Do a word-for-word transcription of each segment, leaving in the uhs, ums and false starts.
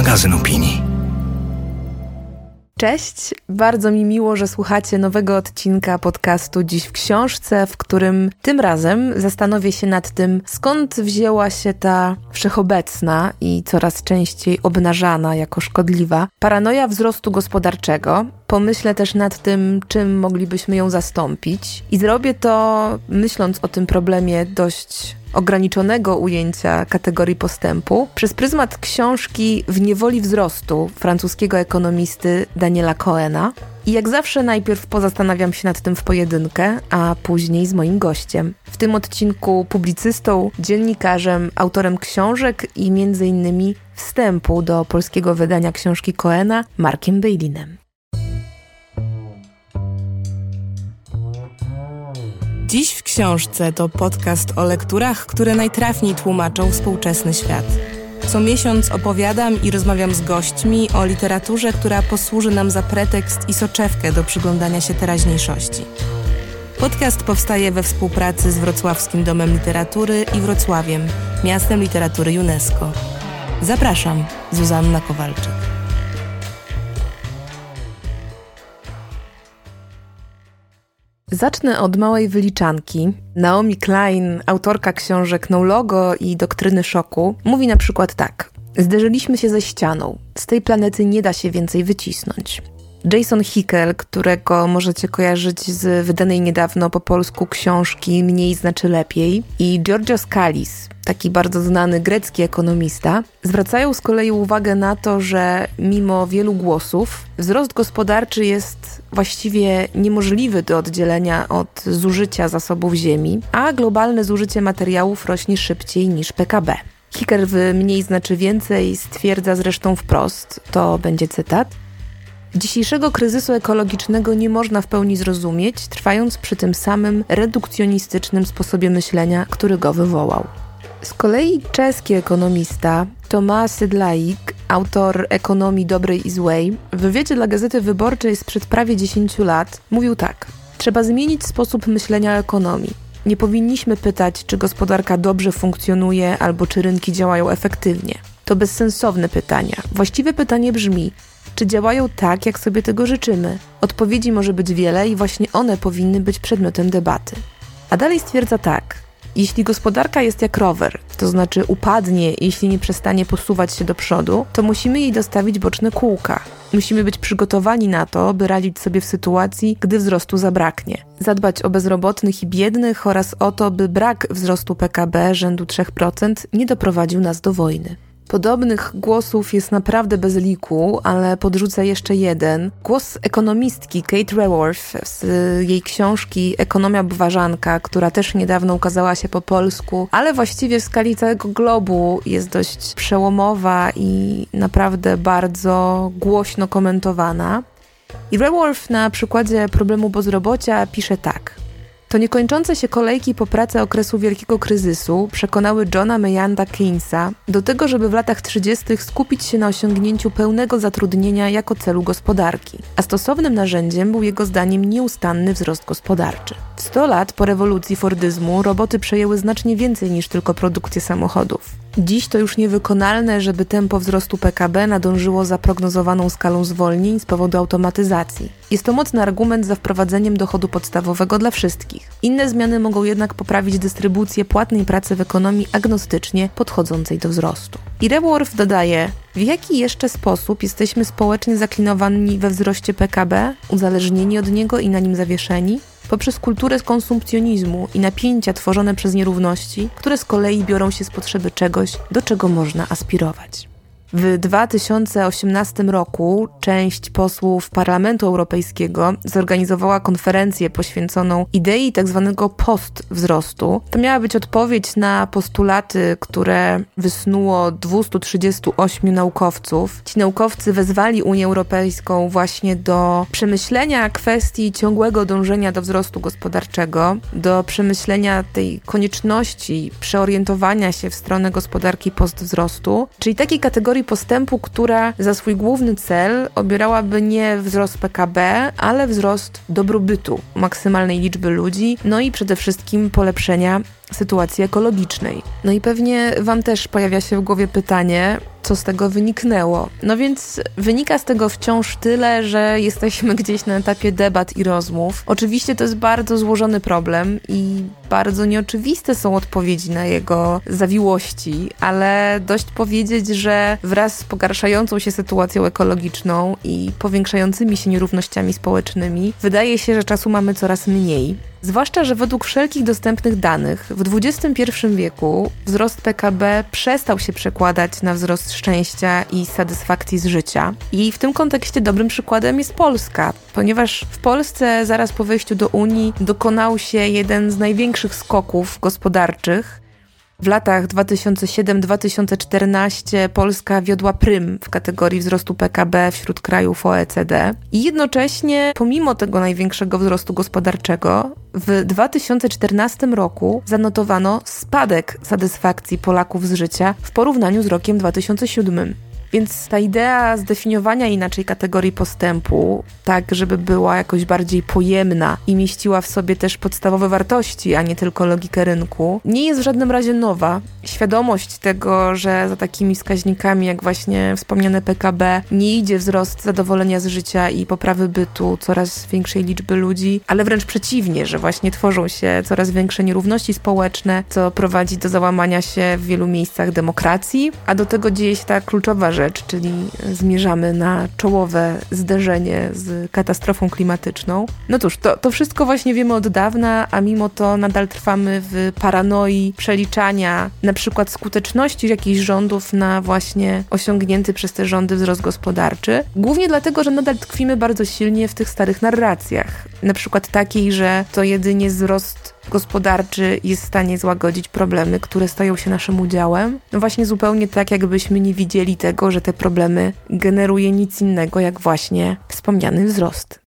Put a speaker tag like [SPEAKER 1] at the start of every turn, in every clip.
[SPEAKER 1] magazyn opinii.
[SPEAKER 2] Cześć, bardzo mi miło, że słuchacie nowego odcinka podcastu Dziś w książce, w którym tym razem zastanowię się nad tym, skąd wzięła się ta wszechobecna i coraz częściej obnażana jako szkodliwa paranoja wzrostu gospodarczego. Pomyślę też nad tym, czym moglibyśmy ją zastąpić i zrobię to myśląc o tym problemie dość ograniczonego ujęcia kategorii postępu przez pryzmat książki W niewoli wzrostu francuskiego ekonomisty Daniela Cohena. I jak zawsze najpierw pozastanawiam się nad tym w pojedynkę, a później z moim gościem. W tym odcinku publicystą, dziennikarzem, autorem książek i między innymi wstępu do polskiego wydania książki Cohena, Markiem Bejlinem. Dziś w książce to podcast o lekturach, które najtrafniej tłumaczą współczesny świat. Co miesiąc opowiadam i rozmawiam z gośćmi o literaturze, która posłuży nam za pretekst i soczewkę do przyglądania się teraźniejszości. Podcast powstaje we współpracy z Wrocławskim Domem Literatury i Wrocławiem, Miastem Literatury UNESCO. Zapraszam, Zuzanna Kowalczyk. Zacznę od małej wyliczanki. Naomi Klein, autorka książek No Logo i Doktryny Szoku, mówi na przykład tak. Zderzyliśmy się ze ścianą. Z tej planety nie da się więcej wycisnąć. Jason Hickel, którego możecie kojarzyć z wydanej niedawno po polsku książki Mniej znaczy lepiej, i Georgios Kallis, taki bardzo znany grecki ekonomista, zwracają z kolei uwagę na to, że mimo wielu głosów wzrost gospodarczy jest właściwie niemożliwy do oddzielenia od zużycia zasobów ziemi, a globalne zużycie materiałów rośnie szybciej niż P K B. Hickel w Mniej znaczy więcej stwierdza zresztą wprost, to będzie cytat: dzisiejszego kryzysu ekologicznego nie można w pełni zrozumieć, trwając przy tym samym redukcjonistycznym sposobie myślenia, który go wywołał. Z kolei czeski ekonomista Tomáš Sedláček, autor Ekonomii dobrej i złej, w wywiadzie dla Gazety Wyborczej sprzed prawie dziesięciu lat mówił tak: trzeba zmienić sposób myślenia o ekonomii. Nie powinniśmy pytać, czy gospodarka dobrze funkcjonuje albo czy rynki działają efektywnie. To bezsensowne pytania. Właściwe pytanie brzmi: czy działają tak, jak sobie tego życzymy? Odpowiedzi może być wiele i właśnie one powinny być przedmiotem debaty. A dalej stwierdza tak: jeśli gospodarka jest jak rower, to znaczy upadnie, jeśli nie przestanie posuwać się do przodu, to musimy jej dostawić boczne kółka. Musimy być przygotowani na to, by radzić sobie w sytuacji, gdy wzrostu zabraknie. Zadbać o bezrobotnych i biednych oraz o to, by brak wzrostu P K B rzędu trzy procent nie doprowadził nas do wojny. Podobnych głosów jest naprawdę bez liku, ale podrzucę jeszcze jeden. Głos ekonomistki Kate Raworth z jej książki Ekonomia Obważanka, która też niedawno ukazała się po polsku, ale właściwie w skali całego globu jest dość przełomowa i naprawdę bardzo głośno komentowana. I Raworth na przykładzie problemu bezrobocia pisze tak: to niekończące się kolejki po pracę okresu wielkiego kryzysu przekonały Johna Mayanda Keynesa do tego, żeby w latach trzydziestych skupić się na osiągnięciu pełnego zatrudnienia jako celu gospodarki, a stosownym narzędziem był jego zdaniem nieustanny wzrost gospodarczy. W sto lat po rewolucji fordyzmu roboty przejęły znacznie więcej niż tylko produkcję samochodów. Dziś to już niewykonalne, żeby tempo wzrostu P K B nadążyło za prognozowaną skalą zwolnień z powodu automatyzacji. Jest to mocny argument za wprowadzeniem dochodu podstawowego dla wszystkich. Inne zmiany mogą jednak poprawić dystrybucję płatnej pracy w ekonomii agnostycznie podchodzącej do wzrostu. I Raworth dodaje: w jaki jeszcze sposób jesteśmy społecznie zaklinowani we wzroście P K B, uzależnieni od niego i na nim zawieszeni? Poprzez kulturę konsumpcjonizmu i napięcia tworzone przez nierówności, które z kolei biorą się z potrzeby czegoś, do czego można aspirować. W dwa tysiące osiemnastym roku część posłów Parlamentu Europejskiego zorganizowała konferencję poświęconą idei tzw. postwzrostu. To miała być odpowiedź na postulaty, które wysnuło dwieście trzydzieści osiem naukowców. Ci naukowcy wezwali Unię Europejską właśnie do przemyślenia kwestii ciągłego dążenia do wzrostu gospodarczego, do przemyślenia tej konieczności przeorientowania się w stronę gospodarki postwzrostu, czyli takiej kategorii postępu, która za swój główny cel obierałaby nie wzrost P K B, ale wzrost dobrobytu maksymalnej liczby ludzi, no i przede wszystkim polepszenia sytuacji ekologicznej. No i pewnie wam też pojawia się w głowie pytanie, co z tego wyniknęło. No więc wynika z tego wciąż tyle, że jesteśmy gdzieś na etapie debat i rozmów. Oczywiście to jest bardzo złożony problem i bardzo nieoczywiste są odpowiedzi na jego zawiłości, ale dość powiedzieć, że wraz z pogarszającą się sytuacją ekologiczną i powiększającymi się nierównościami społecznymi, wydaje się, że czasu mamy coraz mniej. Zwłaszcza, że według wszelkich dostępnych danych w dwudziestym pierwszym wieku wzrost P K B przestał się przekładać na wzrost szczęścia i satysfakcji z życia. I w tym kontekście dobrym przykładem jest Polska, ponieważ w Polsce zaraz po wejściu do Unii dokonał się jeden z największych skoków gospodarczych. W latach dwa tysiące siódmy do dwa tysiące czternastego Polska wiodła prym w kategorii wzrostu P K B wśród krajów O E C D. I jednocześnie, pomimo tego największego wzrostu gospodarczego, w dwa tysiące czternastym roku zanotowano spadek satysfakcji Polaków z życia w porównaniu z rokiem dwa tysiące siódmym. Więc ta idea zdefiniowania inaczej kategorii postępu, tak żeby była jakoś bardziej pojemna i mieściła w sobie też podstawowe wartości, a nie tylko logikę rynku, nie jest w żadnym razie nowa. Świadomość tego, że za takimi wskaźnikami jak właśnie wspomniane P K B nie idzie wzrost zadowolenia z życia i poprawy bytu coraz większej liczby ludzi, ale wręcz przeciwnie, że właśnie tworzą się coraz większe nierówności społeczne, co prowadzi do załamania się w wielu miejscach demokracji, a do tego dzieje się ta kluczowa rzecz, Rzecz, czyli zmierzamy na czołowe zderzenie z katastrofą klimatyczną. No cóż, to, to wszystko właśnie wiemy od dawna, a mimo to nadal trwamy w paranoi przeliczania na przykład skuteczności jakichś rządów na właśnie osiągnięty przez te rządy wzrost gospodarczy. Głównie dlatego, że nadal tkwimy bardzo silnie w tych starych narracjach. Na przykład takiej, że to jedynie wzrost gospodarczy jest w stanie złagodzić problemy, które stają się naszym udziałem. No właśnie zupełnie tak, jakbyśmy nie widzieli tego, że te problemy generuje nic innego, jak właśnie wspomniany wzrost.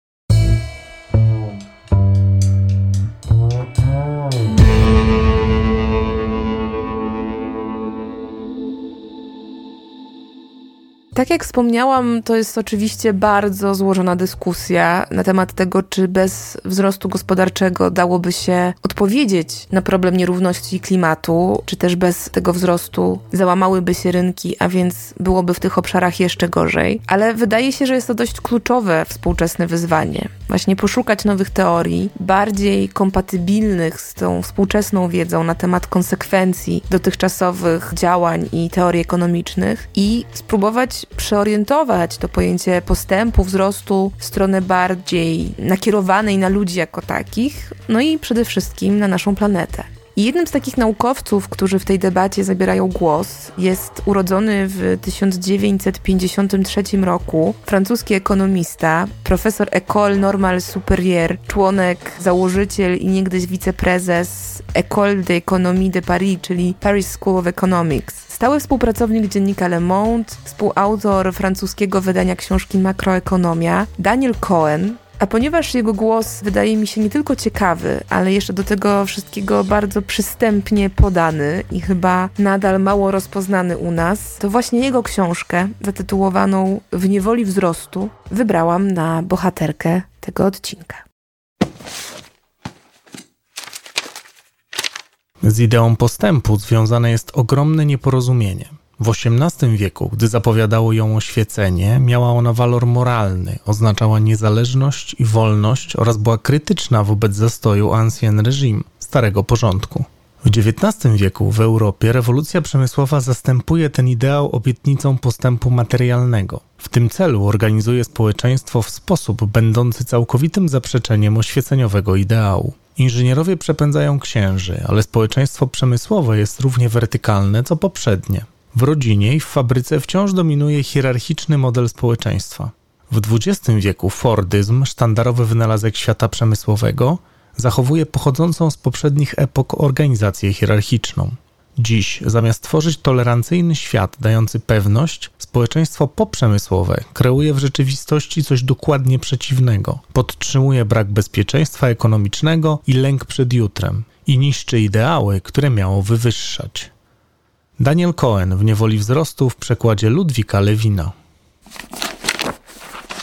[SPEAKER 2] Tak jak wspomniałam, to jest oczywiście bardzo złożona dyskusja na temat tego, czy bez wzrostu gospodarczego dałoby się odpowiedzieć na problem nierówności klimatu, czy też bez tego wzrostu załamałyby się rynki, a więc byłoby w tych obszarach jeszcze gorzej. Ale wydaje się, że jest to dość kluczowe współczesne wyzwanie. Właśnie poszukać nowych teorii, bardziej kompatybilnych z tą współczesną wiedzą na temat konsekwencji dotychczasowych działań i teorii ekonomicznych i spróbować przeorientować to pojęcie postępu, wzrostu w stronę bardziej nakierowanej na ludzi jako takich, no i przede wszystkim na naszą planetę. I jednym z takich naukowców, którzy w tej debacie zabierają głos, jest urodzony w tysiąc dziewięćset pięćdziesiątym trzecim roku francuski ekonomista, profesor École Normale Supérieure, członek, założyciel i niegdyś wiceprezes École d'Économie de Paris, czyli Paris School of Economics. Stały współpracownik dziennika Le Monde, współautor francuskiego wydania książki Makroekonomia, Daniel Cohen. A ponieważ jego głos wydaje mi się nie tylko ciekawy, ale jeszcze do tego wszystkiego bardzo przystępnie podany i chyba nadal mało rozpoznany u nas, to właśnie jego książkę, zatytułowaną W niewoli wzrostu, wybrałam na bohaterkę tego odcinka.
[SPEAKER 1] Z ideą postępu związane jest ogromne nieporozumienie. W osiemnastym wieku, gdy zapowiadało ją oświecenie, miała ona walor moralny, oznaczała niezależność i wolność oraz była krytyczna wobec zastoju ancien régime, starego porządku. W dziewiętnastym wieku w Europie rewolucja przemysłowa zastępuje ten ideał obietnicą postępu materialnego. W tym celu organizuje społeczeństwo w sposób będący całkowitym zaprzeczeniem oświeceniowego ideału. Inżynierowie przepędzają księży, ale społeczeństwo przemysłowe jest równie wertykalne co poprzednie. W rodzinie i w fabryce wciąż dominuje hierarchiczny model społeczeństwa. W dwudziestym wieku fordyzm, sztandarowy wynalazek świata przemysłowego, zachowuje pochodzącą z poprzednich epok organizację hierarchiczną. Dziś, zamiast tworzyć tolerancyjny świat dający pewność, społeczeństwo poprzemysłowe kreuje w rzeczywistości coś dokładnie przeciwnego. Podtrzymuje brak bezpieczeństwa ekonomicznego i lęk przed jutrem i niszczy ideały, które miało wywyższać. Daniel Cohen w niewoli wzrostu w przekładzie Ludwika Lewina.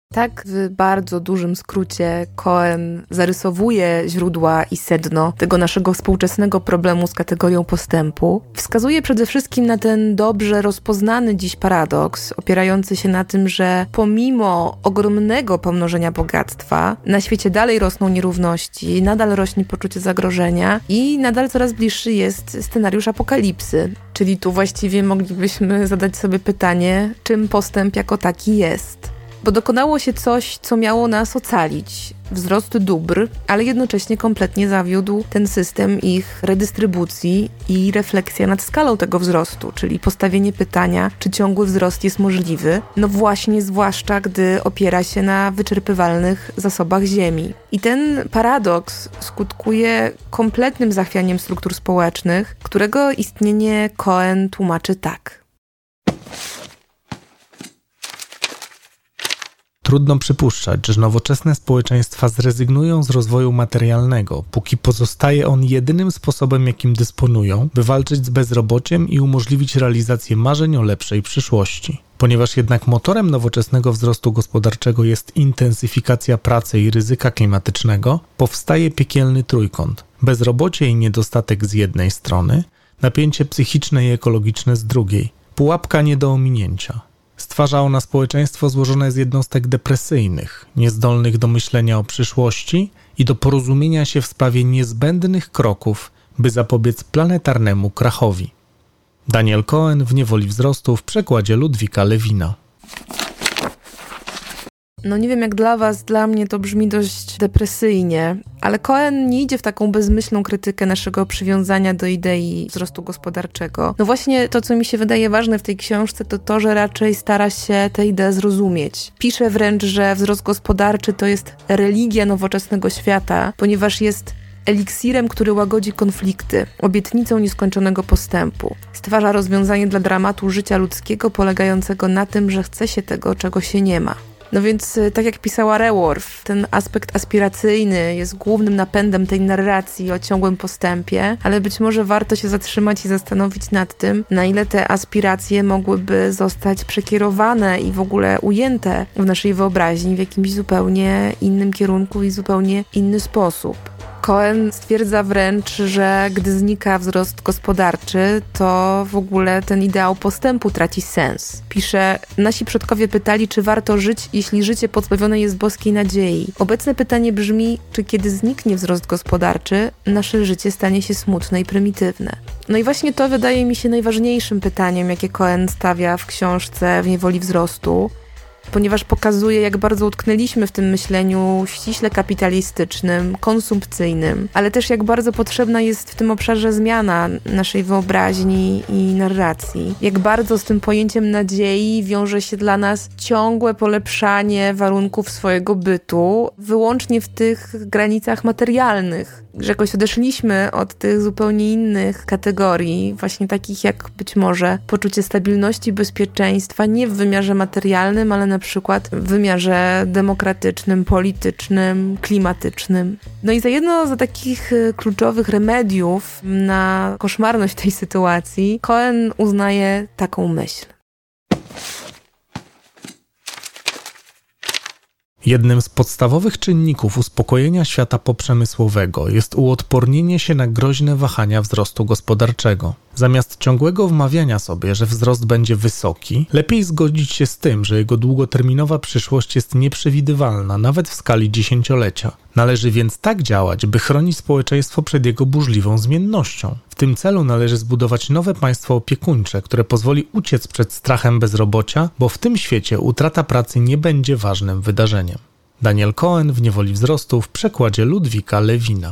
[SPEAKER 2] Tak w bardzo dużym skrócie Cohen zarysowuje źródła i sedno tego naszego współczesnego problemu z kategorią postępu. Wskazuje przede wszystkim na ten dobrze rozpoznany dziś paradoks, opierający się na tym, że pomimo ogromnego pomnożenia bogactwa, na świecie dalej rosną nierówności, nadal rośnie poczucie zagrożenia i nadal coraz bliższy jest scenariusz apokalipsy. Czyli tu właściwie moglibyśmy zadać sobie pytanie, czym postęp jako taki jest. Bo dokonało się coś, co miało nas ocalić. Wzrost dóbr, ale jednocześnie kompletnie zawiódł ten system ich redystrybucji i refleksja nad skalą tego wzrostu, czyli postawienie pytania, czy ciągły wzrost jest możliwy, no właśnie zwłaszcza gdy opiera się na wyczerpywalnych zasobach ziemi. I ten paradoks skutkuje kompletnym zachwianiem struktur społecznych, którego istnienie Cohen tłumaczy tak.
[SPEAKER 1] Trudno przypuszczać, że nowoczesne społeczeństwa zrezygnują z rozwoju materialnego, póki pozostaje on jedynym sposobem, jakim dysponują, by walczyć z bezrobociem i umożliwić realizację marzeń o lepszej przyszłości. Ponieważ jednak motorem nowoczesnego wzrostu gospodarczego jest intensyfikacja pracy i ryzyka klimatycznego, powstaje piekielny trójkąt: bezrobocie i niedostatek z jednej strony, napięcie psychiczne i ekologiczne z drugiej, pułapka nie do ominięcia. Stwarza ona społeczeństwo złożone z jednostek depresyjnych, niezdolnych do myślenia o przyszłości i do porozumienia się w sprawie niezbędnych kroków, by zapobiec planetarnemu krachowi. Daniel Cohen w Niewoli wzrostu w przekładzie Ludwika Lewina.
[SPEAKER 2] No nie wiem jak dla was, dla mnie to brzmi dość depresyjnie, ale Cohen nie idzie w taką bezmyślną krytykę naszego przywiązania do idei wzrostu gospodarczego. No właśnie to, co mi się wydaje ważne w tej książce, to to, że raczej stara się tę ideę zrozumieć. Pisze wręcz, że wzrost gospodarczy to jest religia nowoczesnego świata, ponieważ jest eliksirem, który łagodzi konflikty, obietnicą nieskończonego postępu. Stwarza rozwiązanie dla dramatu życia ludzkiego polegającego na tym, że chce się tego, czego się nie ma. No więc, tak jak pisała Reworth, ten aspekt aspiracyjny jest głównym napędem tej narracji o ciągłym postępie, ale być może warto się zatrzymać i zastanowić nad tym, na ile te aspiracje mogłyby zostać przekierowane i w ogóle ujęte w naszej wyobraźni w jakimś zupełnie innym kierunku i zupełnie inny sposób. Cohen stwierdza wręcz, że gdy znika wzrost gospodarczy, to w ogóle ten ideał postępu traci sens. Pisze, nasi przodkowie pytali, czy warto żyć, jeśli życie pozbawione jest boskiej nadziei. Obecne pytanie brzmi, czy kiedy zniknie wzrost gospodarczy, nasze życie stanie się smutne i prymitywne. No i właśnie to wydaje mi się najważniejszym pytaniem, jakie Cohen stawia w książce W Niewoli wzrostu, ponieważ pokazuje, jak bardzo utknęliśmy w tym myśleniu ściśle kapitalistycznym, konsumpcyjnym, ale też jak bardzo potrzebna jest w tym obszarze zmiana naszej wyobraźni i narracji. Jak bardzo z tym pojęciem nadziei wiąże się dla nas ciągłe polepszanie warunków swojego bytu, wyłącznie w tych granicach materialnych. Że jakoś odeszliśmy od tych zupełnie innych kategorii, właśnie takich jak być może poczucie stabilności, bezpieczeństwa, nie w wymiarze materialnym, ale na przykład w wymiarze demokratycznym, politycznym, klimatycznym. No i za jedno z takich kluczowych remediów na koszmarność tej sytuacji Cohen uznaje taką myśl.
[SPEAKER 1] Jednym z podstawowych czynników uspokojenia świata poprzemysłowego jest uodpornienie się na groźne wahania wzrostu gospodarczego. Zamiast ciągłego wmawiania sobie, że wzrost będzie wysoki, lepiej zgodzić się z tym, że jego długoterminowa przyszłość jest nieprzewidywalna, nawet w skali dziesięciolecia. Należy więc tak działać, by chronić społeczeństwo przed jego burzliwą zmiennością. W tym celu należy zbudować nowe państwo opiekuńcze, które pozwoli uciec przed strachem bezrobocia, bo w tym świecie utrata pracy nie będzie ważnym wydarzeniem. Daniel Cohen w Niewoli wzrostu w przekładzie Ludwika Lewina.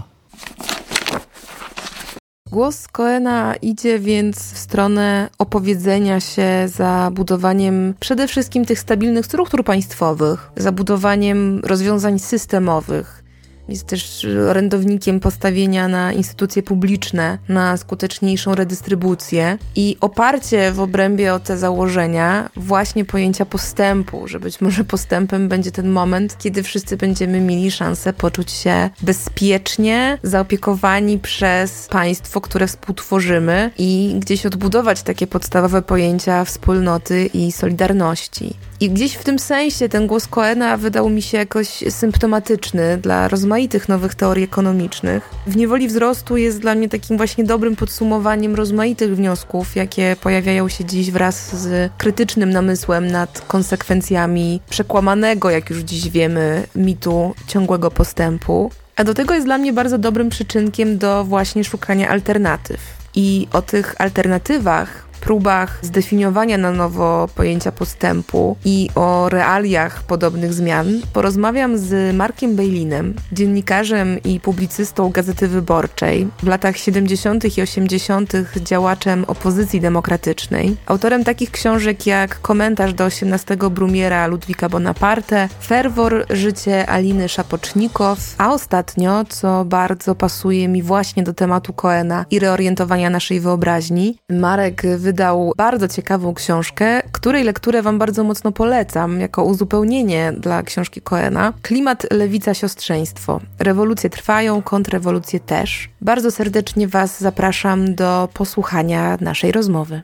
[SPEAKER 2] Głos Cohena idzie więc w stronę opowiedzenia się za budowaniem przede wszystkim tych stabilnych struktur państwowych, za budowaniem rozwiązań systemowych. Jest też orędownikiem postawienia na instytucje publiczne, na skuteczniejszą redystrybucję i oparcie w obrębie o te założenia właśnie pojęcia postępu, że być może postępem będzie ten moment, kiedy wszyscy będziemy mieli szansę poczuć się bezpiecznie, zaopiekowani przez państwo, które współtworzymy i gdzieś odbudować takie podstawowe pojęcia wspólnoty i solidarności. I gdzieś w tym sensie ten głos Cohena wydał mi się jakoś symptomatyczny dla rozmaitych nowych teorii ekonomicznych. W niewoli wzrostu jest dla mnie takim właśnie dobrym podsumowaniem rozmaitych wniosków, jakie pojawiają się dziś wraz z krytycznym namysłem nad konsekwencjami przekłamanego, jak już dziś wiemy, mitu ciągłego postępu. A do tego jest dla mnie bardzo dobrym przyczynkiem do właśnie szukania alternatyw. I o tych alternatywach, próbach zdefiniowania na nowo pojęcia postępu i o realiach podobnych zmian porozmawiam z Markiem Bejlinem, dziennikarzem i publicystą Gazety Wyborczej, w latach siedemdziesiątych i osiemdziesiątych działaczem opozycji demokratycznej, autorem takich książek jak Komentarz do osiemnastego Brumiera Ludwika Bonaparte, Ferwor, Życie Aliny Szapocznikow, a ostatnio, co bardzo pasuje mi właśnie do tematu Cohena i reorientowania naszej wyobraźni, Marek wydał bardzo ciekawą książkę, której lekturę wam bardzo mocno polecam, jako uzupełnienie dla książki Cohena. Klimat, lewica, siostrzeństwo. Rewolucje trwają, kontrrewolucje też. Bardzo serdecznie was zapraszam do posłuchania naszej rozmowy.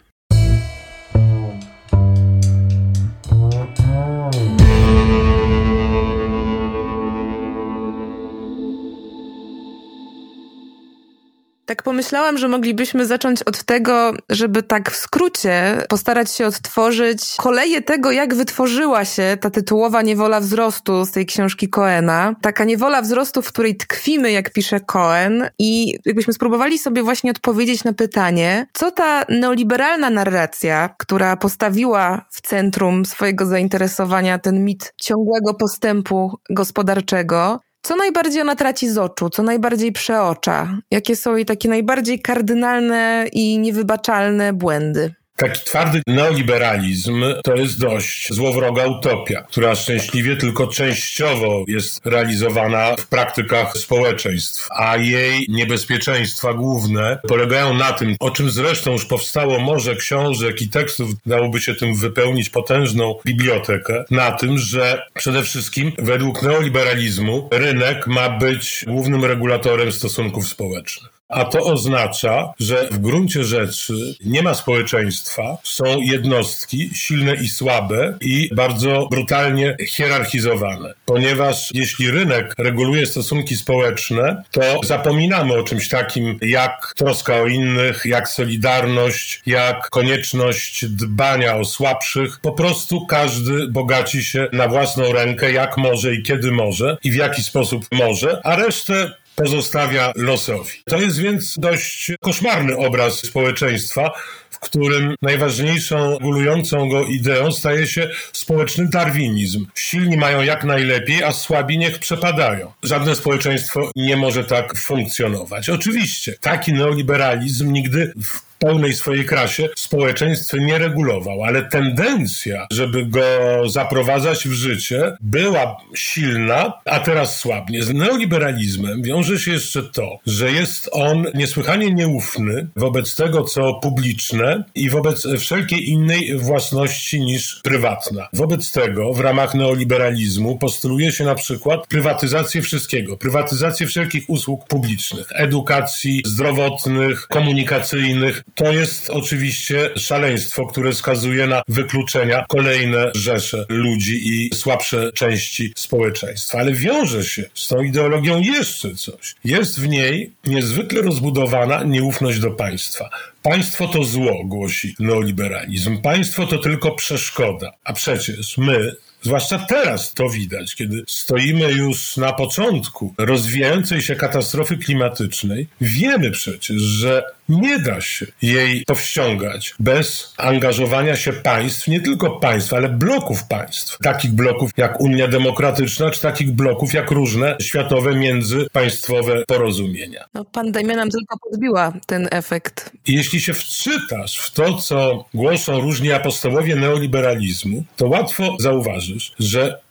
[SPEAKER 2] Tak pomyślałam, że moglibyśmy zacząć od tego, żeby tak w skrócie postarać się odtworzyć koleje tego, jak wytworzyła się ta tytułowa niewola wzrostu z tej książki Cohena. Taka niewola wzrostu, w której tkwimy, jak pisze Cohen, i jakbyśmy spróbowali sobie właśnie odpowiedzieć na pytanie, co ta neoliberalna narracja, która postawiła w centrum swojego zainteresowania ten mit ciągłego postępu gospodarczego, co najbardziej ona traci z oczu, co najbardziej przeocza? Jakie są jej takie najbardziej kardynalne i niewybaczalne błędy?
[SPEAKER 3] Taki twardy neoliberalizm to jest dość złowroga utopia, która szczęśliwie tylko częściowo jest realizowana w praktykach społeczeństw, a jej niebezpieczeństwa główne polegają na tym, o czym zresztą już powstało morze książek i tekstów, dałoby się tym wypełnić potężną bibliotekę, na tym, że przede wszystkim według neoliberalizmu rynek ma być głównym regulatorem stosunków społecznych. A to oznacza, że w gruncie rzeczy nie ma społeczeństwa, są jednostki silne i słabe i bardzo brutalnie hierarchizowane. Ponieważ jeśli rynek reguluje stosunki społeczne, to zapominamy o czymś takim jak troska o innych, jak solidarność, jak konieczność dbania o słabszych. Po prostu każdy bogaci się na własną rękę, jak może i kiedy może i w jaki sposób może, a resztę pozostawia losowi. To jest więc dość koszmarny obraz społeczeństwa, w którym najważniejszą, regulującą go ideą staje się społeczny darwinizm. Silni mają jak najlepiej, a słabi niech przepadają. Żadne społeczeństwo nie może tak funkcjonować. Oczywiście, taki neoliberalizm nigdy w pełnej swojej krasie społeczeństw nie regulował, ale tendencja, żeby go zaprowadzać w życie, była silna, a teraz słabnie. Z neoliberalizmem wiąże się jeszcze to, że jest on niesłychanie nieufny wobec tego, co publiczne i wobec wszelkiej innej własności niż prywatna. Wobec tego w ramach neoliberalizmu postuluje się na przykład prywatyzację wszystkiego, prywatyzację wszelkich usług publicznych, edukacji, zdrowotnych, komunikacyjnych. To jest oczywiście szaleństwo, które skazuje na wykluczenia kolejne rzesze ludzi i słabsze części społeczeństwa. Ale wiąże się z tą ideologią jeszcze coś. Jest w niej niezwykle rozbudowana nieufność do państwa. Państwo to zło, głosi neoliberalizm. Państwo to tylko przeszkoda. A przecież my, zwłaszcza teraz to widać, kiedy stoimy już na początku rozwijającej się katastrofy klimatycznej, wiemy przecież, że nie da się jej powściągać bez angażowania się państw, nie tylko państw, ale bloków państw. Takich bloków jak Unia Demokratyczna, czy takich bloków jak różne światowe międzypaństwowe porozumienia.
[SPEAKER 2] No, pandemia nam tylko podbiła ten efekt.
[SPEAKER 3] I jeśli się wczytasz w to, co głoszą różni apostołowie neoliberalizmu, to łatwo zauważysz, że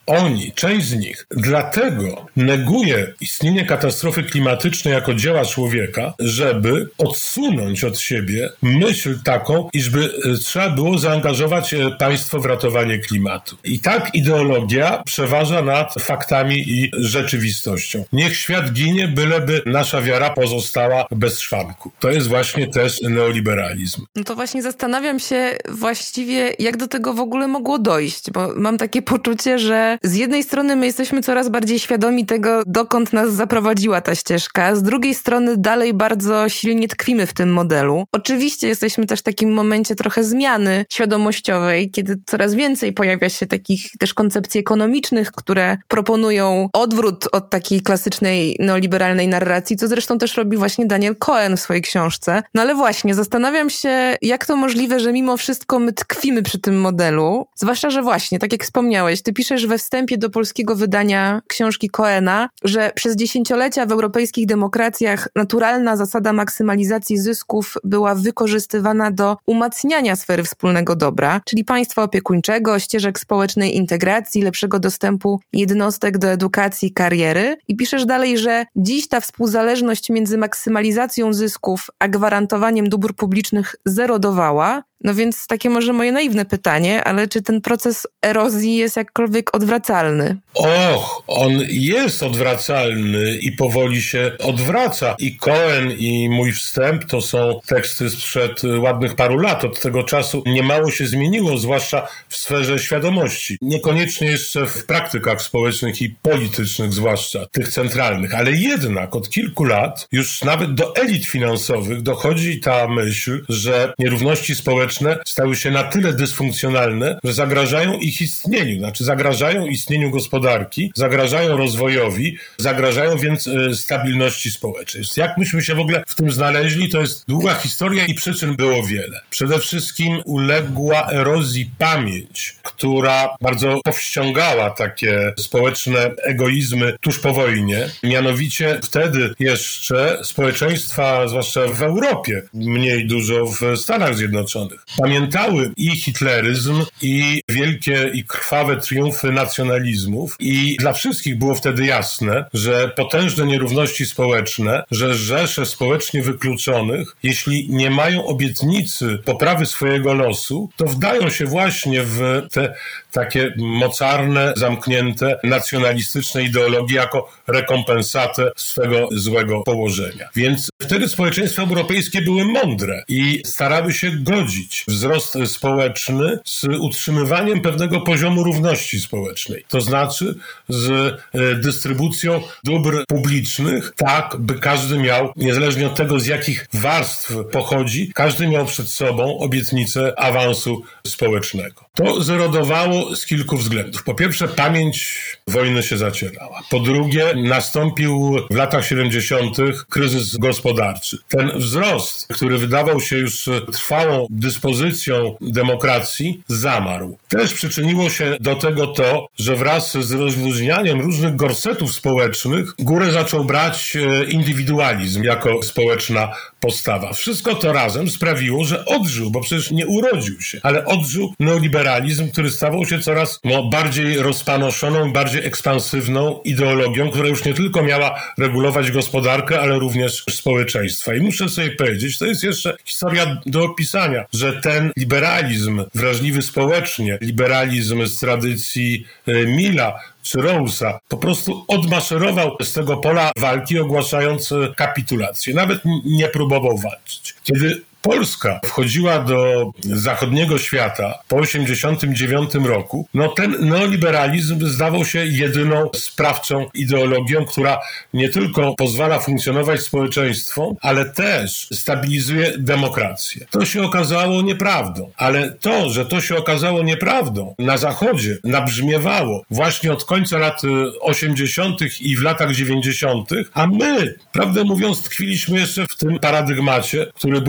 [SPEAKER 3] Oni, część z nich, dlatego neguje istnienie katastrofy klimatycznej jako dzieła człowieka, żeby odsunąć od siebie myśl taką, iżby trzeba było zaangażować państwo w ratowanie klimatu. I tak ideologia przeważa nad faktami i rzeczywistością. Niech świat ginie, byleby nasza wiara pozostała bez szwanku. To jest właśnie też neoliberalizm.
[SPEAKER 2] No to właśnie zastanawiam się właściwie, jak do tego w ogóle mogło dojść, bo mam takie poczucie, że z jednej strony my jesteśmy coraz bardziej świadomi tego, dokąd nas zaprowadziła ta ścieżka, z drugiej strony dalej bardzo silnie tkwimy w tym modelu. Oczywiście jesteśmy też w takim momencie trochę zmiany świadomościowej, kiedy coraz więcej pojawia się takich też koncepcji ekonomicznych, które proponują odwrót od takiej klasycznej neoliberalnej narracji, co zresztą też robi właśnie Daniel Cohen w swojej książce. No ale właśnie, zastanawiam się, jak to możliwe, że mimo wszystko my tkwimy przy tym modelu, zwłaszcza, że właśnie, tak jak wspomniałeś, ty piszesz we wstępie do polskiego wydania książki Cohena, że przez dziesięciolecia w europejskich demokracjach naturalna zasada maksymalizacji zysków była wykorzystywana do umacniania sfery wspólnego dobra, czyli państwa opiekuńczego, ścieżek społecznej integracji, lepszego dostępu jednostek do edukacji i kariery. I piszesz dalej, że dziś ta współzależność między maksymalizacją zysków a gwarantowaniem dóbr publicznych zerodowała. No więc takie może moje naiwne pytanie, ale czy ten proces erozji jest jakkolwiek odwracalny?
[SPEAKER 3] Och, on jest odwracalny i powoli się odwraca. I Cohen, i mój wstęp to są teksty sprzed ładnych paru lat. Od tego czasu niemało się zmieniło, zwłaszcza w sferze świadomości. Niekoniecznie jeszcze w praktykach społecznych i politycznych, zwłaszcza tych centralnych, ale jednak od kilku lat już nawet do elit finansowych dochodzi ta myśl, że nierówności społeczne stały się na tyle dysfunkcjonalne, że zagrażają ich istnieniu, znaczy zagrażają istnieniu gospodarki, zagrażają rozwojowi, zagrażają więc y, stabilności społecznej. Jak myśmy się w ogóle w tym znaleźli, to jest długa historia i przyczyn było wiele. Przede wszystkim uległa erozji pamięć, która bardzo powściągała takie społeczne egoizmy tuż po wojnie. Mianowicie wtedy jeszcze społeczeństwa, zwłaszcza w Europie, mniej dużo w Stanach Zjednoczonych, pamiętały i hitleryzm, i wielkie i krwawe triumfy nacjonalizmów i dla wszystkich było wtedy jasne, że potężne nierówności społeczne, że rzesze społecznie wykluczonych, jeśli nie mają obietnicy poprawy swojego losu, to wdają się właśnie w te takie mocarne, zamknięte, nacjonalistyczne ideologie jako rekompensatę swego złego położenia. Więc wtedy społeczeństwa europejskie były mądre i starały się godzić wzrost społeczny z utrzymywaniem pewnego poziomu równości społecznej. To znaczy z dystrybucją dóbr publicznych tak, by każdy miał, niezależnie od tego z jakich warstw pochodzi, każdy miał przed sobą obietnicę awansu społecznego. To zerodowało z kilku względów. Po pierwsze, pamięć wojny się zacierała. Po drugie, nastąpił w latach siedemdziesiątych kryzys gospodarczy. Ten wzrost, który wydawał się już trwałą dyspozycją demokracji, zamarł. Też przyczyniło się do tego to, że wraz z rozluźnianiem różnych gorsetów społecznych górę zaczął brać indywidualizm jako społeczna postawa. Wszystko to razem sprawiło, że odżył, bo przecież nie urodził się, ale odżył neoliberalizm, który stawał się coraz no, bardziej rozpanoszoną, bardziej ekspansywną ideologią, która już nie tylko miała regulować gospodarkę, ale również społeczeństwa. I muszę sobie powiedzieć, to jest jeszcze historia do opisania, że ten liberalizm wrażliwy społecznie, liberalizm z tradycji Milla czy Rawlsa po prostu odmaszerował z tego pola walki, ogłaszając kapitulację. Nawet nie próbował walczyć. Kiedy Polska wchodziła do zachodniego świata po osiemdziesiątym dziewiątym roku, no ten neoliberalizm zdawał się jedyną sprawczą ideologią, która nie tylko pozwala funkcjonować społeczeństwom, ale też stabilizuje demokrację. To się okazało nieprawdą, ale to, że to się okazało nieprawdą, na Zachodzie nabrzmiewało właśnie od końca lat osiemdziesiątych i w latach dziewięćdziesiątych, a my, prawdę mówiąc, tkwiliśmy jeszcze w tym paradygmacie, który był wówczas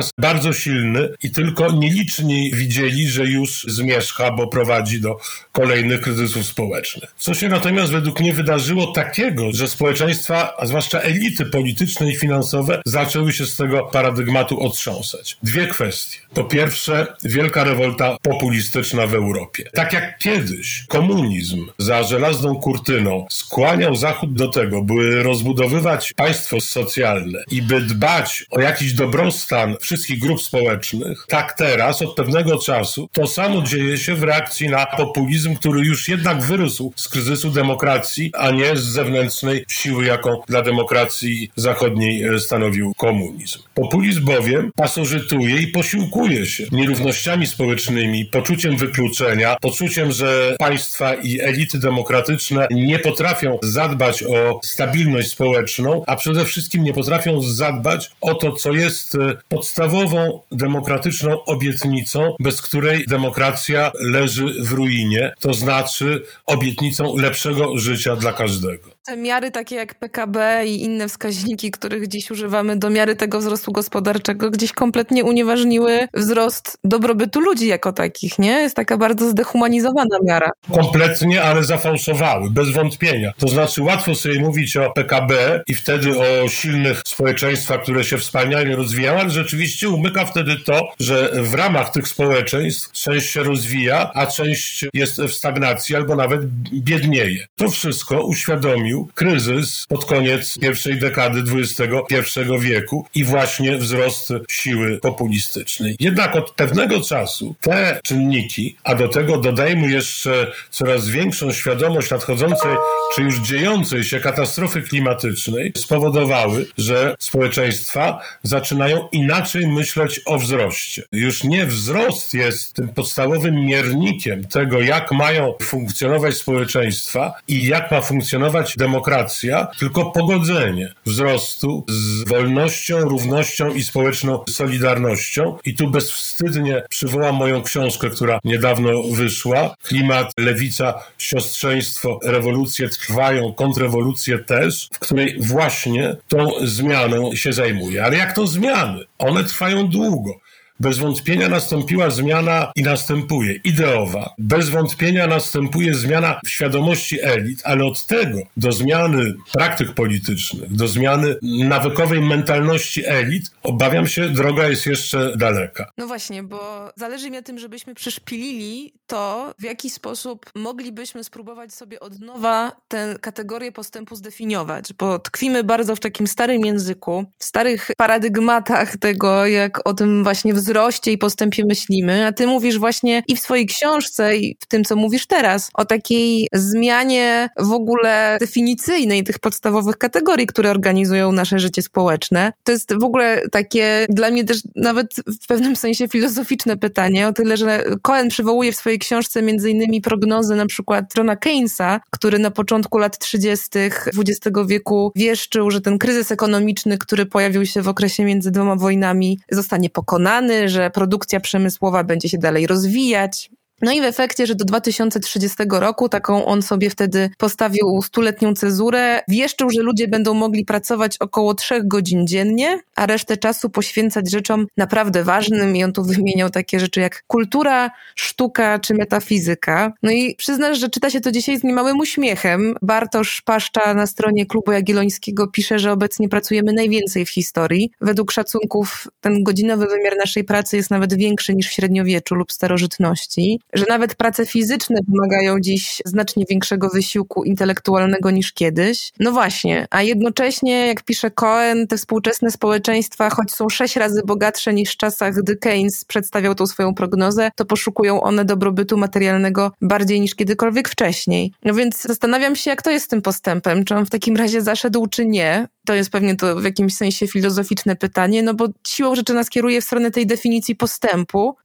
[SPEAKER 3] teraz bardzo silny i tylko nieliczni widzieli, że już zmierzcha, bo prowadzi do kolejnych kryzysów społecznych. Co się natomiast według mnie wydarzyło takiego, że społeczeństwa, a zwłaszcza elity polityczne i finansowe, zaczęły się z tego paradygmatu otrząsać. Dwie kwestie. Po pierwsze, wielka rewolta populistyczna w Europie. Tak jak kiedyś komunizm za żelazną kurtyną skłaniał Zachód do tego, by rozbudowywać państwo socjalne i by dbać o jakiś dobrostan wszystkich grup społecznych, tak teraz od pewnego czasu to samo dzieje się w reakcji na populizm, który już jednak wyrósł z kryzysu demokracji, a nie z zewnętrznej siły, jaką dla demokracji zachodniej stanowił komunizm. Populizm bowiem pasożytuje i posiłkuje się nierównościami społecznymi, poczuciem wykluczenia, poczuciem, że państwa i elity demokratyczne nie potrafią zadbać o stabilność społeczną, a przede wszystkim nie potrafią zadbać o to, co jest podstawową demokratyczną obietnicą, bez której demokracja leży w ruinie, to znaczy obietnicą lepszego życia dla każdego.
[SPEAKER 2] Te miary takie jak P K B i inne wskaźniki, których dziś używamy do miary tego wzrostu gospodarczego, gdzieś kompletnie unieważniły wzrost dobrobytu ludzi jako takich, nie? Jest taka bardzo zdehumanizowana miara.
[SPEAKER 3] Kompletnie, ale zafałszowały, bez wątpienia. To znaczy łatwo sobie mówić o P K B i wtedy o silnych społeczeństwach, które się wspaniale rozwijały, ale rzeczywiście umyka wtedy to, że w ramach tych społeczeństw część się rozwija, a część jest w stagnacji albo nawet biednieje. To wszystko uświadomił kryzys pod koniec pierwszej dekady dwudziestego pierwszego wieku i właśnie wzrost siły populistycznej. Jednak od pewnego czasu te czynniki, a do tego dodajmy jeszcze coraz większą świadomość nadchodzącej czy już dziejącej się katastrofy klimatycznej, spowodowały, że społeczeństwa zaczynają inaczej myśleć o wzroście. Już nie wzrost jest tym podstawowym miernikiem tego, jak mają funkcjonować społeczeństwa i jak ma funkcjonować demokracja, tylko pogodzenie wzrostu z wolnością, równością i społeczną solidarnością. I tu bezwstydnie przywołam moją książkę, która niedawno wyszła. Klimat, lewica, siostrzeństwo, rewolucje trwają, kontrrewolucje też, w której właśnie tą zmianą się zajmuje. Ale jak to zmiany? One trwają długo. Bez wątpienia nastąpiła zmiana i następuje ideowa. Bez wątpienia następuje zmiana w świadomości elit, ale od tego do zmiany praktyk politycznych, do zmiany nawykowej mentalności elit, obawiam się, droga jest jeszcze daleka.
[SPEAKER 2] No właśnie, bo zależy mi na tym, żebyśmy przeszpilili to, w jaki sposób moglibyśmy spróbować sobie od nowa tę kategorię postępu zdefiniować, bo tkwimy bardzo w takim starym języku, w starych paradygmatach tego, jak o tym właśnie wzroście i postępie myślimy, a ty mówisz właśnie i w swojej książce, i w tym, co mówisz teraz, o takiej zmianie w ogóle definicyjnej tych podstawowych kategorii, które organizują nasze życie społeczne. To jest w ogóle takie dla mnie też nawet w pewnym sensie filozoficzne pytanie, o tyle, że Cohen przywołuje w swojej książce między innymi prognozy na przykład Johna Keynesa, który na początku lat trzydziestych dwudziestego wieku wieszczył, że ten kryzys ekonomiczny, który pojawił się w okresie między dwoma wojnami, zostanie pokonany, że produkcja przemysłowa będzie się dalej rozwijać. No i w efekcie, że do dwa tysiące trzydziestego roku, taką on sobie wtedy postawił stuletnią cezurę, wieszczył, że ludzie będą mogli pracować około trzech godzin dziennie, a resztę czasu poświęcać rzeczom naprawdę ważnym i on tu wymieniał takie rzeczy jak kultura, sztuka czy metafizyka. No i przyznasz, że czyta się to dzisiaj z niemałym uśmiechem. Bartosz Paszcza na stronie Klubu Jagiellońskiego pisze, że obecnie pracujemy najwięcej w historii. Według szacunków ten godzinowy wymiar naszej pracy jest nawet większy niż w średniowieczu lub starożytności. Że nawet prace fizyczne wymagają dziś znacznie większego wysiłku intelektualnego niż kiedyś. No właśnie, a jednocześnie, jak pisze Cohen, te współczesne społeczeństwa, choć są sześć razy bogatsze niż w czasach, gdy Keynes przedstawiał tą swoją prognozę, to poszukują one dobrobytu materialnego bardziej niż kiedykolwiek wcześniej. No więc zastanawiam się, jak to jest z tym postępem, czy on w takim razie zaszedł, czy nie. To jest pewnie to w jakimś sensie filozoficzne pytanie, no bo siłą rzeczy nas kieruje w stronę tej definicji postępu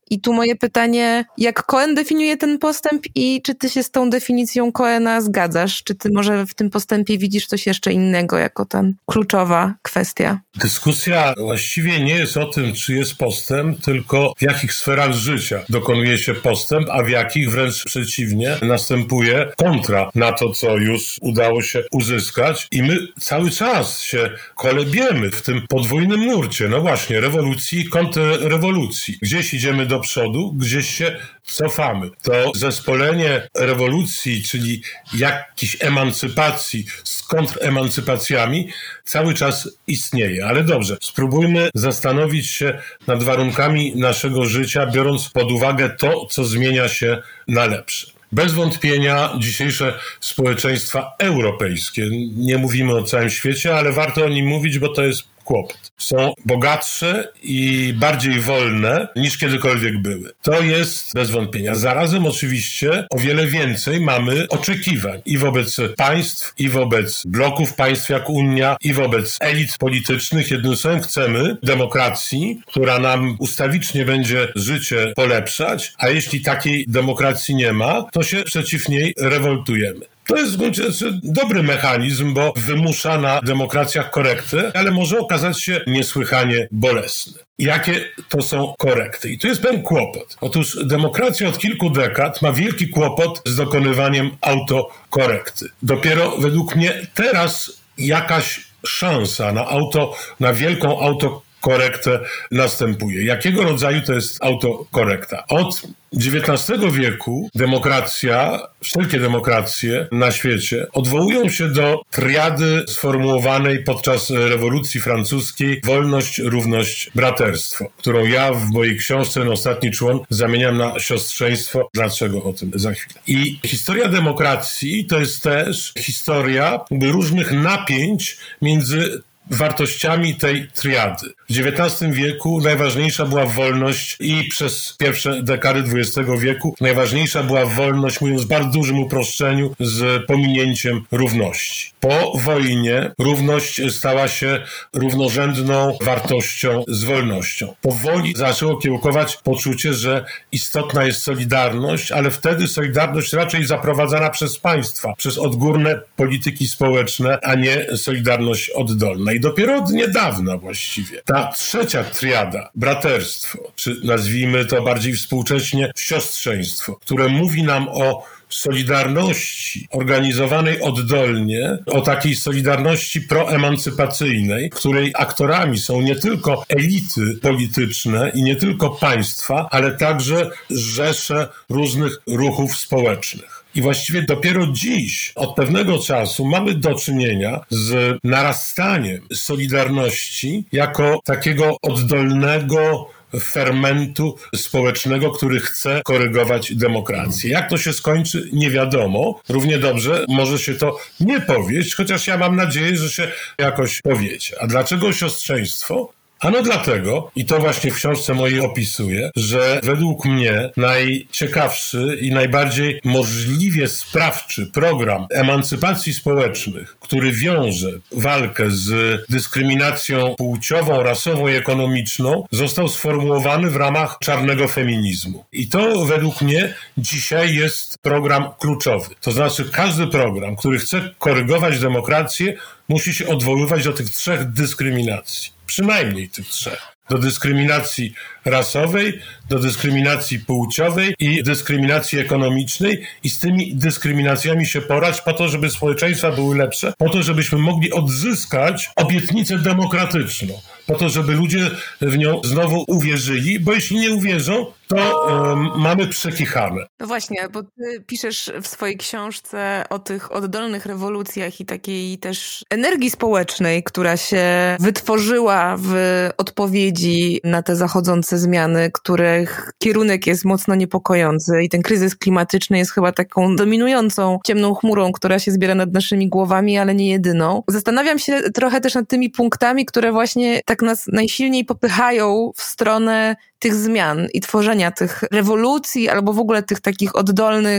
[SPEAKER 2] I tu moje pytanie, jak Cohen definiuje ten postęp i czy ty się z tą definicją Cohena zgadzasz? Czy ty może w tym postępie widzisz coś jeszcze innego jako ta kluczowa kwestia?
[SPEAKER 3] Dyskusja właściwie nie jest o tym, czy jest postęp, tylko w jakich sferach życia dokonuje się postęp, a w jakich wręcz przeciwnie następuje kontra na to, co już udało się uzyskać. I my cały czas się kolebiemy w tym podwójnym nurcie. No właśnie, rewolucji i kontrrewolucji. Gdzieś idziemy do przodu, gdzieś się cofamy. To zespolenie rewolucji, czyli jakiejś emancypacji z kontremancypacjami cały czas istnieje. Ale dobrze, spróbujmy zastanowić się nad warunkami naszego życia, biorąc pod uwagę to, co zmienia się na lepsze. Bez wątpienia dzisiejsze społeczeństwa europejskie, nie mówimy o całym świecie, ale warto o nim mówić, bo to jest kłopot. Są bogatsze i bardziej wolne niż kiedykolwiek były. To jest bez wątpienia. Zarazem oczywiście o wiele więcej mamy oczekiwań i wobec państw, i wobec bloków państw jak Unia, i wobec elit politycznych. Jednym słowem chcemy demokracji, która nam ustawicznie będzie życie polepszać, a jeśli takiej demokracji nie ma, to się przeciw niej rewoltujemy. To jest w gruncie rzeczy dobry mechanizm, bo wymusza na demokracjach korekty, ale może okazać się niesłychanie bolesny. Jakie to są korekty? I tu jest pewien kłopot. Otóż demokracja od kilku dekad ma wielki kłopot z dokonywaniem autokorekty. Dopiero według mnie teraz jakaś szansa na auto, na wielką autokorektę korektę następuje. Jakiego rodzaju to jest autokorekta? Od dziewiętnastego wieku demokracja, wszelkie demokracje na świecie odwołują się do triady sformułowanej podczas rewolucji francuskiej wolność, równość, braterstwo, którą ja w mojej książce na Ostatni Człon zamieniam na siostrzeństwo. Dlaczego? O tym za chwilę. I historia demokracji to jest też historia różnych napięć między wartościami tej triady. W dziewiętnastym wieku najważniejsza była wolność i przez pierwsze dekady dwudziestego wieku najważniejsza była wolność, mówiąc w bardzo dużym uproszczeniu, z pominięciem równości. Po wojnie równość stała się równorzędną wartością z wolnością. Powoli zaczęło kiełkować poczucie, że istotna jest solidarność, ale wtedy solidarność raczej zaprowadzana przez państwa, przez odgórne polityki społeczne, a nie solidarność oddolna. I dopiero od niedawna właściwie ta trzecia triada, braterstwo, czy nazwijmy to bardziej współcześnie siostrzeństwo, które mówi nam o solidarności organizowanej oddolnie, o takiej solidarności proemancypacyjnej, w której aktorami są nie tylko elity polityczne i nie tylko państwa, ale także rzesze różnych ruchów społecznych. I właściwie dopiero dziś, od pewnego czasu, mamy do czynienia z narastaniem solidarności jako takiego oddolnego fermentu społecznego, który chce korygować demokrację. Jak to się skończy, nie wiadomo. Równie dobrze może się to nie powiedzieć, chociaż ja mam nadzieję, że się jakoś powiedzie. A dlaczego siostrzeństwo? Ano dlatego, i to właśnie w książce mojej opisuję, że według mnie najciekawszy i najbardziej możliwie sprawczy program emancypacji społecznych, który wiąże walkę z dyskryminacją płciową, rasową i ekonomiczną, został sformułowany w ramach czarnego feminizmu. I to według mnie dzisiaj jest program kluczowy. To znaczy każdy program, który chce korygować demokrację, musi się odwoływać do tych trzech dyskryminacji. Przynajmniej tych trzech. Do dyskryminacji rasowej, do dyskryminacji płciowej i dyskryminacji ekonomicznej i z tymi dyskryminacjami się porać po to, żeby społeczeństwa były lepsze, po to, żebyśmy mogli odzyskać obietnicę demokratyczną, po to, żeby ludzie w nią znowu uwierzyli, bo jeśli nie uwierzą, to um, mamy przekichane.
[SPEAKER 2] No właśnie, bo ty piszesz w swojej książce o tych oddolnych rewolucjach i takiej też energii społecznej, która się wytworzyła w odpowiedzi na te zachodzące zmiany, których kierunek jest mocno niepokojący i ten kryzys klimatyczny jest chyba taką dominującą ciemną chmurą, która się zbiera nad naszymi głowami, ale nie jedyną. Zastanawiam się trochę też nad tymi punktami, które właśnie tak nas najsilniej popychają w stronę tych zmian i tworzenia tych rewolucji albo w ogóle tych takich oddolnych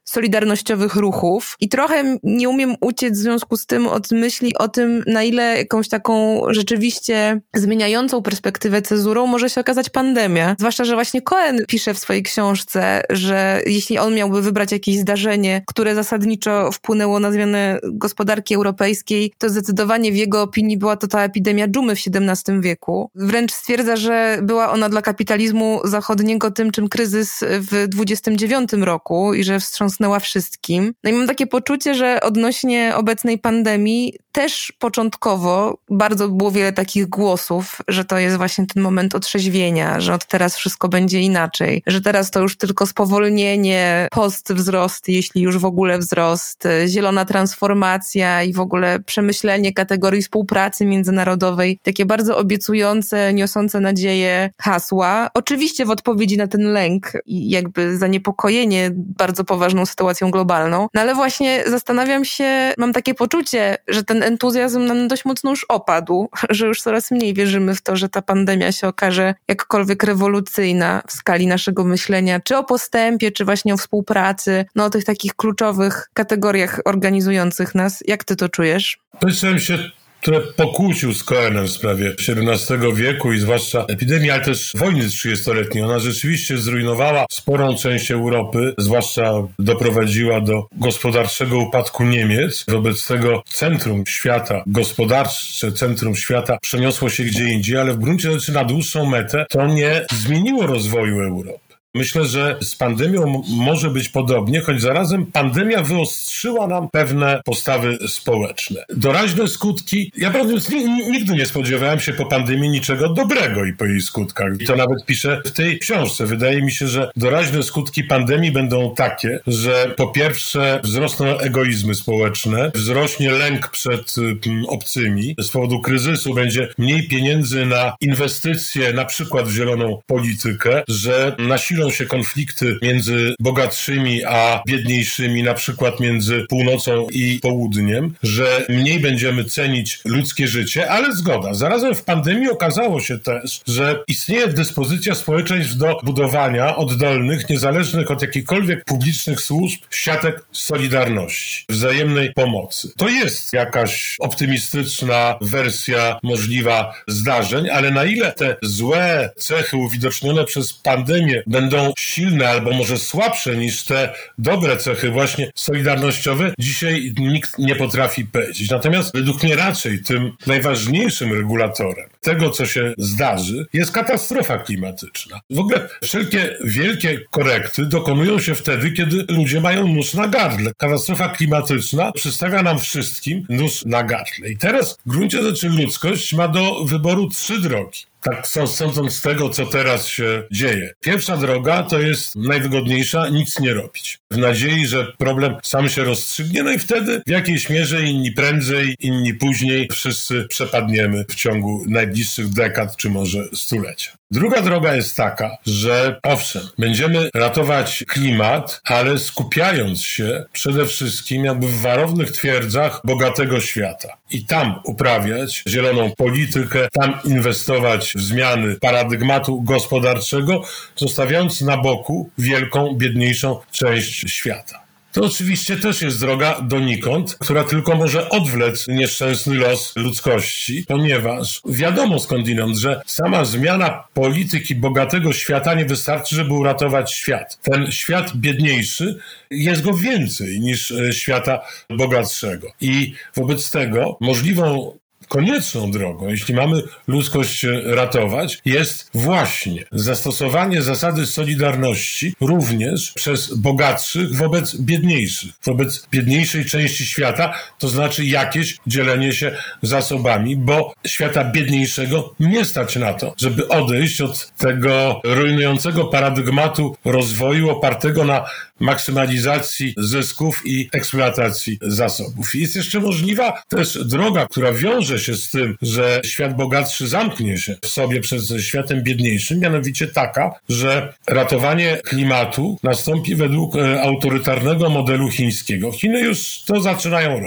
[SPEAKER 2] solidarnościowych ruchów i trochę nie umiem uciec w związku z tym od myśli o tym, na ile jakąś taką rzeczywiście zmieniającą perspektywę cezurą może się okazać pandemia. Zwłaszcza, że właśnie Cohen pisze w swojej książce, że jeśli on miałby wybrać jakieś zdarzenie, które zasadniczo wpłynęło na zmianę gospodarki europejskiej, to zdecydowanie w jego opinii była to ta epidemia dżumy w siedemnastym wieku. Wręcz stwierdza, że była ona dla kapitalizmu zachodniego tym, czym kryzys w dwudziestym dziewiątym roku i że wstrząsnęła wszystkim. No i mam takie poczucie, że odnośnie obecnej pandemii też początkowo bardzo było wiele takich głosów, że to jest właśnie ten moment otrzeźwienia, że od teraz wszystko będzie inaczej, że teraz to już tylko spowolnienie, post-wzrost, jeśli już w ogóle wzrost, zielona transformacja i w ogóle przemyślenie kategorii współpracy międzynarodowej, takie bardzo obiecujące, niosące nadzieję hasła. Oczywiście w odpowiedzi na ten lęk i jakby zaniepokojenie bardzo poważną sytuacją globalną, no ale właśnie zastanawiam się, mam takie poczucie, że ten entuzjazm nam dość mocno już opadł, że już coraz mniej wierzymy w to, że ta pandemia się okaże jakkolwiek rewolucyjna w skali naszego myślenia, czy o postępie, czy właśnie o współpracy, no o tych takich kluczowych kategoriach organizujących nas. Jak ty to czujesz?
[SPEAKER 3] Myślałem się, które pokłócił z Cohenem w sprawie siedemnastego wieku i zwłaszcza epidemii, ale też wojny trzydziestoletniej. Ona rzeczywiście zrujnowała sporą część Europy, zwłaszcza doprowadziła do gospodarczego upadku Niemiec. Wobec tego centrum świata, gospodarcze centrum świata przeniosło się gdzie indziej, ale w gruncie rzeczy na dłuższą metę to nie zmieniło rozwoju Europy. Myślę, że z pandemią m- może być podobnie, choć zarazem pandemia wyostrzyła nam pewne postawy społeczne. Doraźne skutki, ja prawdę mówiąc, n- nigdy nie spodziewałem się po pandemii niczego dobrego i po jej skutkach. I to nawet piszę w tej książce. Wydaje mi się, że doraźne skutki pandemii będą takie, że po pierwsze wzrosną egoizmy społeczne, wzrośnie lęk przed m, obcymi. Z powodu kryzysu będzie mniej pieniędzy na inwestycje, na przykład w zieloną politykę, że nasilą się konflikty między bogatszymi a biedniejszymi, na przykład między północą i południem, że mniej będziemy cenić ludzkie życie, ale zgoda. Zarazem w pandemii okazało się też, że istnieje dyspozycja społeczeństw do budowania oddolnych, niezależnych od jakichkolwiek publicznych służb, siatek solidarności, wzajemnej pomocy. To jest jakaś optymistyczna wersja możliwa zdarzeń, ale na ile te złe cechy uwidocznione przez pandemię będą silne albo może słabsze niż te dobre cechy właśnie solidarnościowe, dzisiaj nikt nie potrafi powiedzieć. Natomiast według mnie raczej tym najważniejszym regulatorem tego, co się zdarzy, jest katastrofa klimatyczna. W ogóle wszelkie wielkie korekty dokonują się wtedy, kiedy ludzie mają nóż na gardle. Katastrofa klimatyczna przystawia nam wszystkim nóż na gardle. I teraz w gruncie rzeczy ludzkość ma do wyboru trzy drogi. Tak sądząc z tego, co teraz się dzieje. Pierwsza droga to jest najwygodniejsza, nic nie robić. W nadziei, że problem sam się rozstrzygnie, no i wtedy w jakiejś mierze inni prędzej, inni później, wszyscy przepadniemy w ciągu najbliższych dekad, czy może stulecia. Druga droga jest taka, że owszem, będziemy ratować klimat, ale skupiając się przede wszystkim jakby w warownych twierdzach bogatego świata. I tam uprawiać zieloną politykę, tam inwestować w zmiany paradygmatu gospodarczego, zostawiając na boku wielką, biedniejszą część świata. To oczywiście też jest droga donikąd, która tylko może odwlec nieszczęsny los ludzkości, ponieważ wiadomo skądinąd, że sama zmiana polityki bogatego świata nie wystarczy, żeby uratować świat. Ten świat biedniejszy jest go więcej niż świata bogatszego. I wobec tego możliwą konieczną drogą, jeśli mamy ludzkość ratować, jest właśnie zastosowanie zasady solidarności również przez bogatszych wobec biedniejszych, wobec biedniejszej części świata, to znaczy jakieś dzielenie się zasobami, bo świata biedniejszego nie stać na to, żeby odejść od tego rujnującego paradygmatu rozwoju opartego na maksymalizacji zysków i eksploatacji zasobów. I jest jeszcze możliwa też droga, która wiąże się z tym, że świat bogatszy zamknie się w sobie przed światem biedniejszym, mianowicie taka, że ratowanie klimatu nastąpi według autorytarnego modelu chińskiego. Chiny już to zaczynają robić.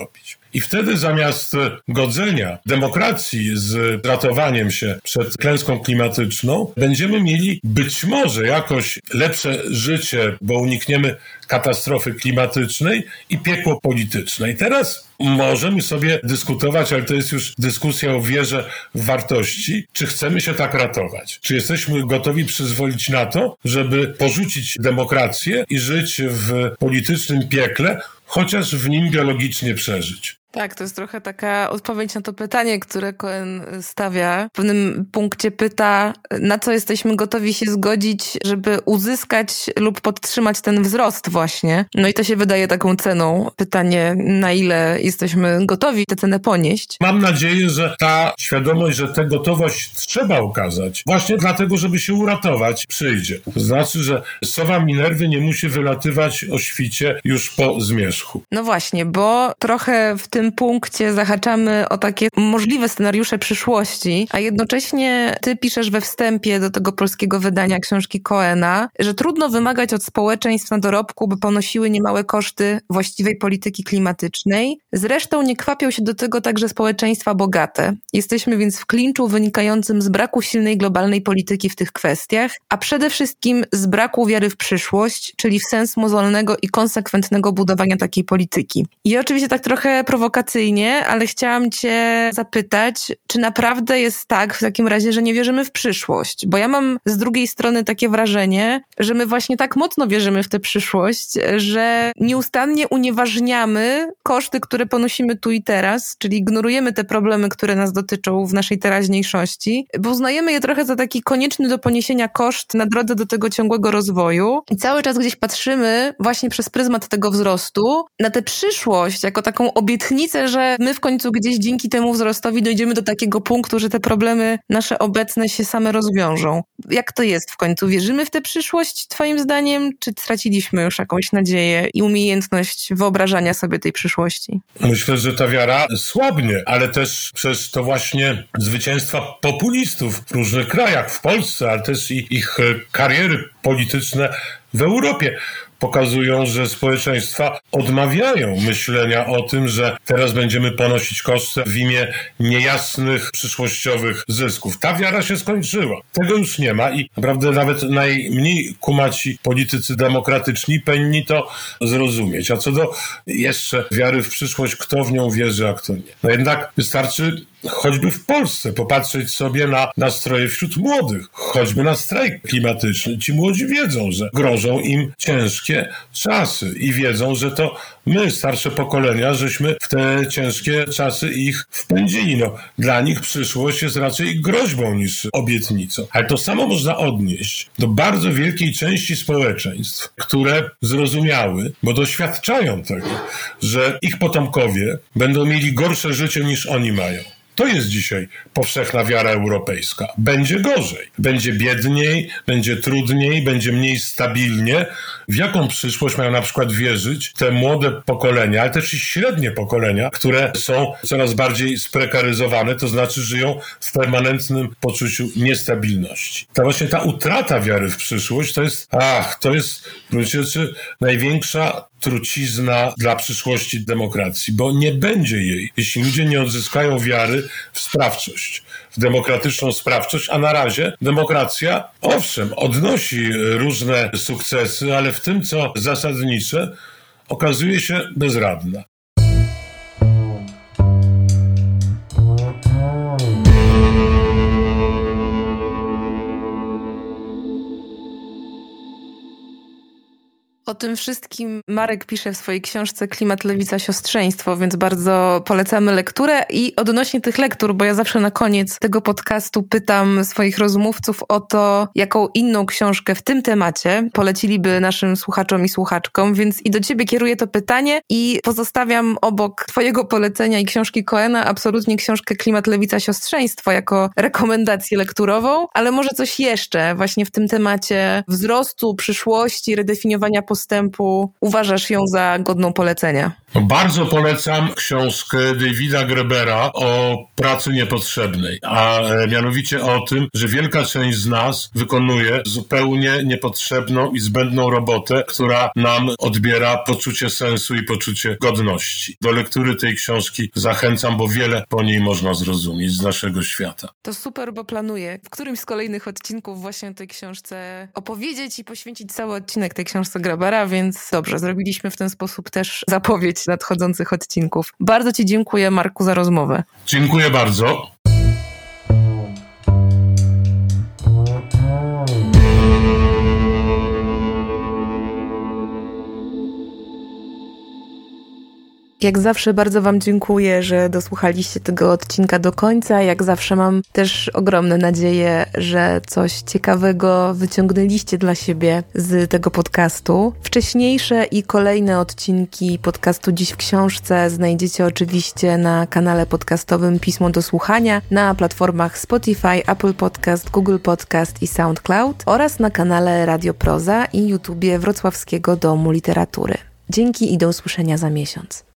[SPEAKER 3] I wtedy zamiast godzenia demokracji z ratowaniem się przed klęską klimatyczną, będziemy mieli być może jakoś lepsze życie, bo unikniemy katastrofy klimatycznej i piekło polityczne. I teraz możemy sobie dyskutować, ale to jest już dyskusja o wierze w wartości, czy chcemy się tak ratować. Czy jesteśmy gotowi przyzwolić na to, żeby porzucić demokrację i żyć w politycznym piekle, chociaż w nim biologicznie przeżyć.
[SPEAKER 2] Tak, to jest trochę taka odpowiedź na to pytanie, które Cohen stawia. W pewnym punkcie pyta, na co jesteśmy gotowi się zgodzić, żeby uzyskać lub podtrzymać ten wzrost właśnie. No i to się wydaje taką ceną. Pytanie, na ile jesteśmy gotowi tę cenę ponieść.
[SPEAKER 3] Mam nadzieję, że ta świadomość, że tę gotowość trzeba okazać, właśnie dlatego, żeby się uratować, przyjdzie. To znaczy, że sowa Minerwy nie musi wylatywać o świcie już po zmierzchu.
[SPEAKER 2] No właśnie, bo trochę w tym W tym punkcie zahaczamy o takie możliwe scenariusze przyszłości, a jednocześnie ty piszesz we wstępie do tego polskiego wydania książki Cohena, że trudno wymagać od społeczeństw na dorobku, by ponosiły niemałe koszty właściwej polityki klimatycznej. Zresztą nie kwapią się do tego także społeczeństwa bogate. Jesteśmy więc w klinczu wynikającym z braku silnej globalnej polityki w tych kwestiach, a przede wszystkim z braku wiary w przyszłość, czyli w sens mozolnego i konsekwentnego budowania takiej polityki. I oczywiście tak trochę prowokacyjnie, ale chciałam cię zapytać, czy naprawdę jest tak w takim razie, że nie wierzymy w przyszłość? Bo ja mam z drugiej strony takie wrażenie, że my właśnie tak mocno wierzymy w tę przyszłość, że nieustannie unieważniamy koszty, które ponosimy tu i teraz, czyli ignorujemy te problemy, które nas dotyczą w naszej teraźniejszości, bo uznajemy je trochę za taki konieczny do poniesienia koszt na drodze do tego ciągłego rozwoju i cały czas gdzieś patrzymy właśnie przez pryzmat tego wzrostu na tę przyszłość jako taką obietnicę, że my w końcu gdzieś dzięki temu wzrostowi dojdziemy do takiego punktu, że te problemy nasze obecne się same rozwiążą. Jak to jest w końcu? Wierzymy w tę przyszłość twoim zdaniem, czy straciliśmy już jakąś nadzieję i umiejętność wyobrażania sobie tej przyszłości?
[SPEAKER 3] Myślę, że ta wiara słabnie, ale też przez to właśnie zwycięstwa populistów w różnych krajach, w Polsce, ale też i ich kariery polityczne w Europie pokazują, że społeczeństwa odmawiają myślenia o tym, że teraz będziemy ponosić koszty w imię niejasnych przyszłościowych zysków. Ta wiara się skończyła. Tego już nie ma i naprawdę nawet najmniej kumaci politycy demokratyczni powinni to zrozumieć. A co do jeszcze wiary w przyszłość, kto w nią wierzy, a kto nie. No jednak wystarczy choćby w Polsce popatrzeć sobie na nastroje wśród młodych, choćby na strajk klimatyczny. Ci młodzi wiedzą, że grożą im ciężkie czasy i wiedzą, że to my, starsze pokolenia, żeśmy w te ciężkie czasy ich wpędzili. No, dla nich przyszłość jest raczej groźbą niż obietnicą. Ale to samo można odnieść do bardzo wielkiej części społeczeństw, które zrozumiały, bo doświadczają tego, że ich potomkowie będą mieli gorsze życie niż oni mają. To jest dzisiaj powszechna wiara europejska. Będzie gorzej, będzie biedniej, będzie trudniej, będzie mniej stabilnie. W jaką przyszłość mają na przykład wierzyć te młode pokolenia, ale też i średnie pokolenia, które są coraz bardziej sprekaryzowane, to znaczy żyją w permanentnym poczuciu niestabilności. Ta właśnie ta utrata wiary w przyszłość to jest, ach, to jest w gruncie rzeczy największa trucizna dla przyszłości demokracji, bo nie będzie jej, jeśli ludzie nie odzyskają wiary w sprawczość, w demokratyczną sprawczość, a na razie demokracja, owszem, odnosi różne sukcesy, ale w tym, co zasadnicze, okazuje się bezradna.
[SPEAKER 2] O tym wszystkim Marek pisze w swojej książce Klimat, lewica, siostrzeństwo, więc bardzo polecamy lekturę. I odnośnie tych lektur, bo ja zawsze na koniec tego podcastu pytam swoich rozmówców o to, jaką inną książkę w tym temacie poleciliby naszym słuchaczom i słuchaczkom, więc i do ciebie kieruję to pytanie i pozostawiam obok twojego polecenia i książki Cohena absolutnie książkę Klimat, lewica, siostrzeństwo jako rekomendację lekturową, ale może coś jeszcze właśnie w tym temacie wzrostu, przyszłości, redefiniowania postępu uważasz ją za godną polecenia?
[SPEAKER 3] Bardzo polecam książkę Davida Grebera o pracy niepotrzebnej, a mianowicie o tym, że wielka część z nas wykonuje zupełnie niepotrzebną i zbędną robotę, która nam odbiera poczucie sensu i poczucie godności. Do lektury tej książki zachęcam, bo wiele po niej można zrozumieć z naszego świata.
[SPEAKER 2] To super, bo planuję w którymś z kolejnych odcinków właśnie o tej książce opowiedzieć i poświęcić cały odcinek tej książce Grebera, więc dobrze, zrobiliśmy w ten sposób też zapowiedź nadchodzących odcinków. Bardzo Ci dziękuję, Marku, za rozmowę.
[SPEAKER 3] Dziękuję bardzo.
[SPEAKER 2] Jak zawsze bardzo Wam dziękuję, że dosłuchaliście tego odcinka do końca. Jak zawsze mam też ogromne nadzieję, że coś ciekawego wyciągnęliście dla siebie z tego podcastu. Wcześniejsze i kolejne odcinki podcastu Dziś w Książce znajdziecie oczywiście na kanale podcastowym Pismo do Słuchania, na platformach Spotify, Apple Podcast, Google Podcast i SoundCloud oraz na kanale Radio Proza i YouTubie Wrocławskiego Domu Literatury. Dzięki i do usłyszenia za miesiąc.